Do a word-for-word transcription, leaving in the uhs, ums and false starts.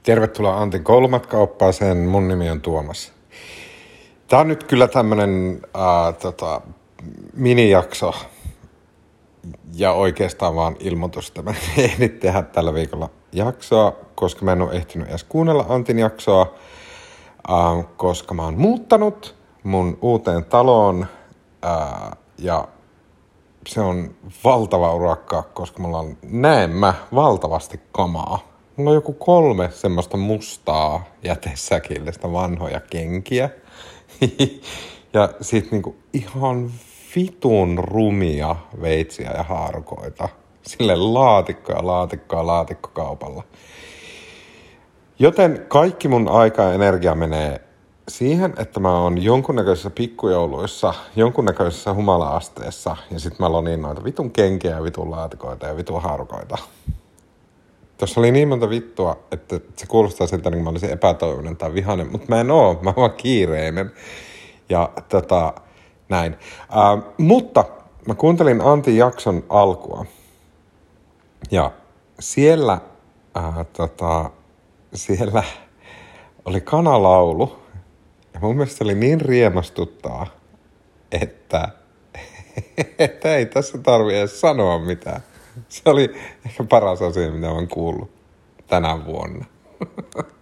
Tervetuloa Antin koulumatkaoppaaseen. Mun nimi on Tuomas. Tää on nyt kyllä tämmönen äh, tota, minijakso ja oikeastaan vaan ilmoitus, että mä en ehdi tehdä tällä viikolla jaksoa, koska mä en ole ehtinyt edes kuunnella Antin jaksoa, äh, koska mä oon muuttanut mun uuteen taloon äh, ja se on valtava urakka, koska mulla on näemmä valtavasti kamaa. Mulla on joku kolme semmoista mustaa jätesäkillistä vanhoja kenkiä. Ja sit niinku ihan vitun rumia veitsiä ja haarukoita. Sille laatikkoja, laatikkoja, laatikkokaupalla. Joten kaikki mun aika ja energia menee siihen, että mä oon jonkunnäköisissä pikkujouluissa, jonkunnäköisessä humala-asteessa. Ja sit mä lonin noita vitun kenkiä ja vitun laatikoita ja vitun haarukoita. Tuossa oli niin monta vittua, että se kuulostaa siltä, niin kuin mä olisin epätoivoinen tai vihainen, mutta mä en oo, mä oon vaan kiireinen. Ja tota, näin. Ää, mutta mä kuuntelin Antin jakson alkua. Ja siellä, ää, tota, siellä oli kanalaulu. Ja mun mielestä se oli niin riemastuttaa, että, että ei tässä tarvitse edes sanoa mitään. Se oli ehkä paras asia, mitä olen kuullut tänä vuonna.